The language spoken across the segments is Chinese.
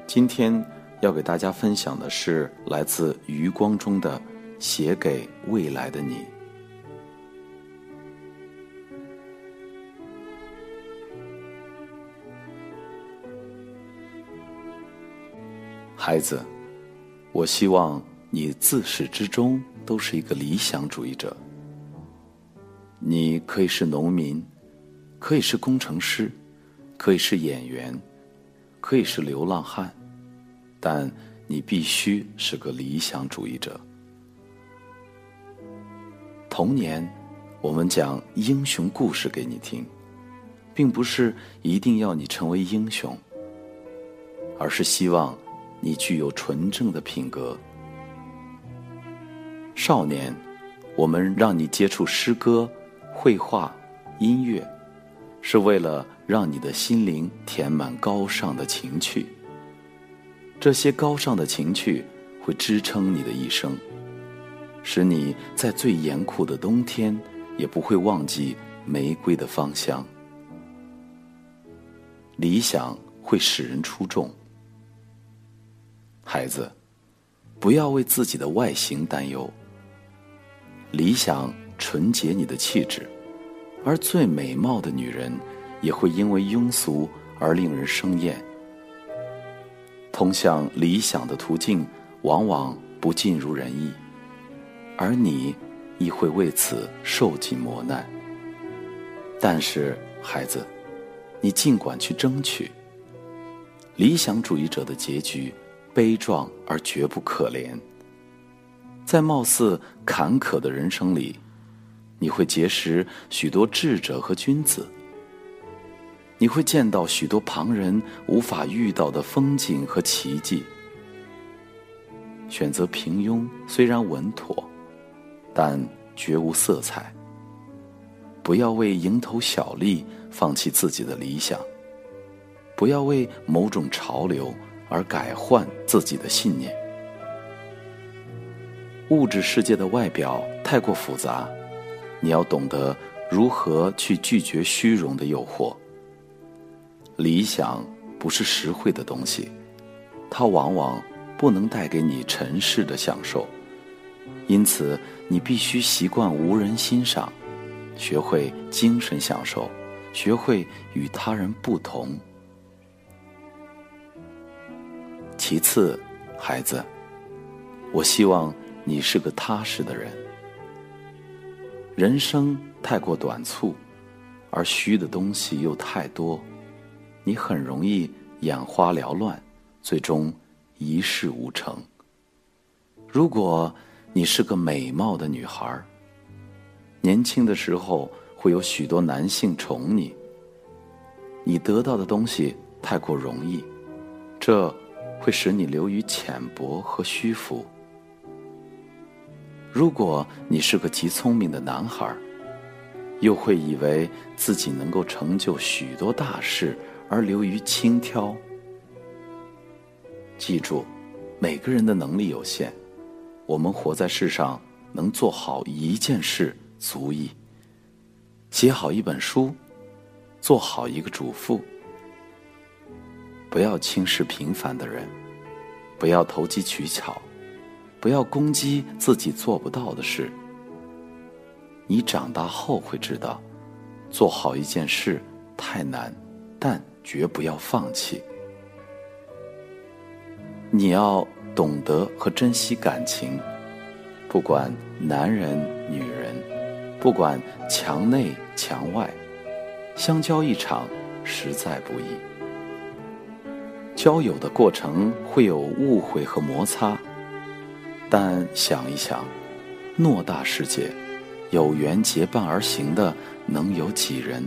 今天要给大家分享的是来自余光中的《写给未来的你》。孩子，我希望你自始至终都是一个理想主义者。你可以是农民，可以是工程师，可以是演员，可以是流浪汉，但你必须是个理想主义者。童年，我们讲英雄故事给你听，并不是一定要你成为英雄，而是希望你具有纯正的品格。少年，我们让你接触诗歌、绘画、音乐，是为了让你的心灵填满高尚的情趣。这些高尚的情趣会支撑你的一生，使你在最严酷的冬天也不会忘记玫瑰的芳香。理想会使人出众。孩子，不要为自己的外形担忧。理想纯洁你的气质，而最美貌的女人也会因为庸俗而令人生厌。通向理想的途径往往不尽如人意，而你亦会为此受尽磨难。但是孩子，你尽管去争取。理想主义者的结局悲壮而绝不可怜。在貌似坎坷的人生里，你会结识许多智者和君子，你会见到许多旁人无法遇到的风景和奇迹。选择平庸虽然稳妥，但绝无色彩。不要为蝇头小利放弃自己的理想，不要为某种潮流而改换自己的信念。物质世界的外表太过复杂，你要懂得如何去拒绝虚荣的诱惑。理想不是实惠的东西，它往往不能带给你尘世的享受，因此你必须习惯无人欣赏，学会精神享受，学会与他人不同。其次，孩子，我希望你是个踏实的人。人生太过短促，而虚的东西又太多，你很容易眼花缭乱，最终一事无成。如果你是个美貌的女孩，年轻的时候会有许多男性宠你，你得到的东西太过容易，这会使你流于浅薄和虚浮。如果你是个极聪明的男孩，又会以为自己能够成就许多大事而流于轻佻。记住，每个人的能力有限，我们活在世上能做好一件事足矣。写好一本书，做好一个主妇。不要轻视平凡的人，不要投机取巧，不要攻击自己做不到的事。你长大后会知道，做好一件事太难，但绝不要放弃。你要懂得和珍惜感情，不管男人女人，不管墙内墙外，相交一场实在不易。交友的过程会有误会和摩擦，但想一想，偌大世界，有缘结伴而行的能有几人？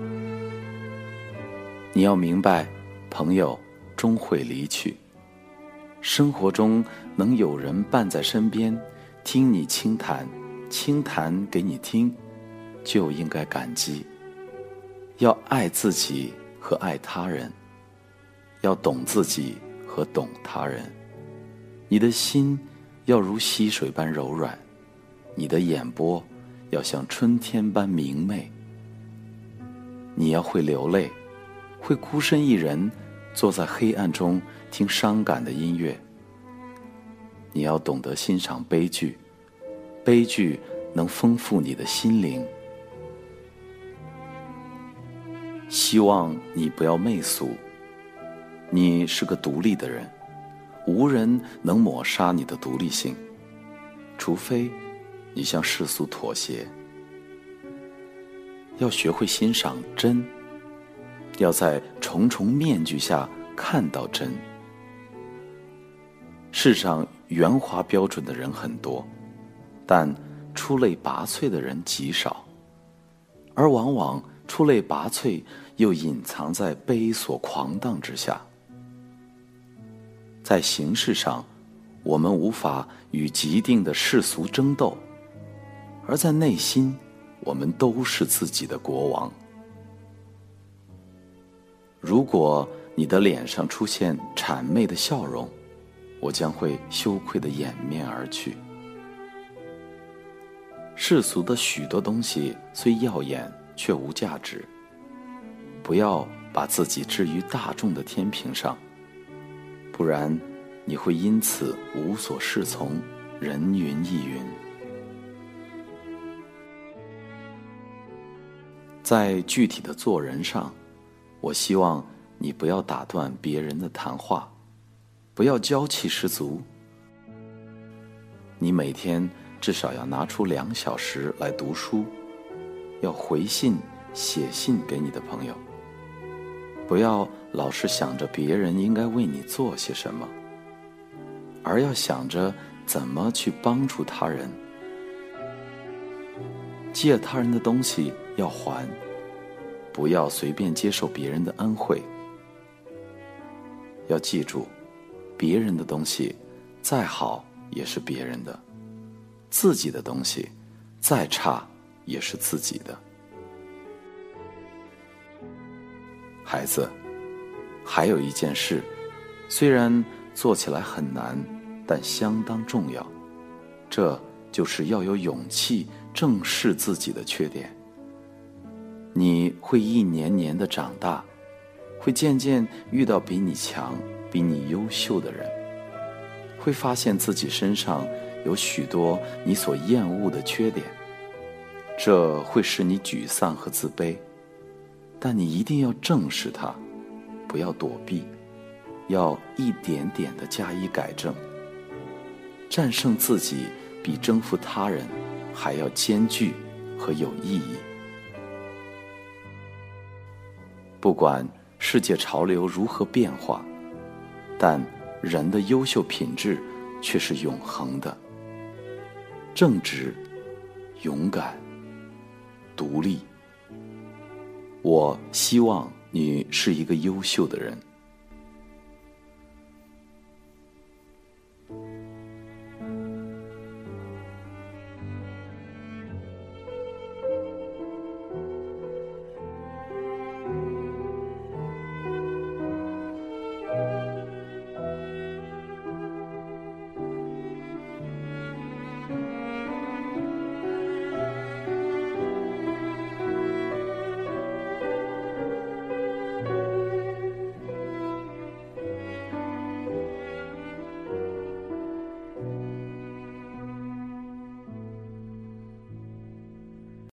你要明白，朋友终会离去，生活中能有人伴在身边，听你倾谈，倾谈给你听，就应该感激。要爱自己和爱他人，要懂自己和懂他人。你的心要如溪水般柔软，你的眼波要像春天般明媚。你要会流泪，会孤身一人坐在黑暗中听伤感的音乐。你要懂得欣赏悲剧，悲剧能丰富你的心灵。希望你不要媚俗，你是个独立的人，无人能抹杀你的独立性，除非你向世俗妥协。要学会欣赏真，要在重重面具下看到真。世上圆滑标准的人很多，但出类拔萃的人极少，而往往出类拔萃又隐藏在悲所狂荡之下。在形式上，我们无法与既定的世俗争斗，而在内心，我们都是自己的国王。如果你的脸上出现谄媚的笑容，我将会羞愧地掩面而去。世俗的许多东西虽耀眼，却无价值。不要把自己置于大众的天平上，不然你会因此无所适从，人云亦云。在具体的做人上，我希望你不要打断别人的谈话，不要娇气十足。你每天至少要拿出2小时来读书，要回信、写信给你的朋友。不要老是想着别人应该为你做些什么，而要想着怎么去帮助他人。借他人的东西要还，不要随便接受别人的恩惠。要记住，别人的东西再好也是别人的，自己的东西再差也是自己的。孩子，还有一件事，虽然做起来很难，但相当重要，这就是要有勇气正视自己的缺点。你会一年年的长大，会渐渐遇到比你强、比你优秀的人，会发现自己身上有许多你所厌恶的缺点，这会使你沮丧和自卑。但你一定要正视它，不要躲避，要一点点地加以改正。战胜自己比征服他人还要艰巨和有意义。不管世界潮流如何变化，但人的优秀品质却是永恒的。正直、勇敢、独立。我希望你是一个优秀的人。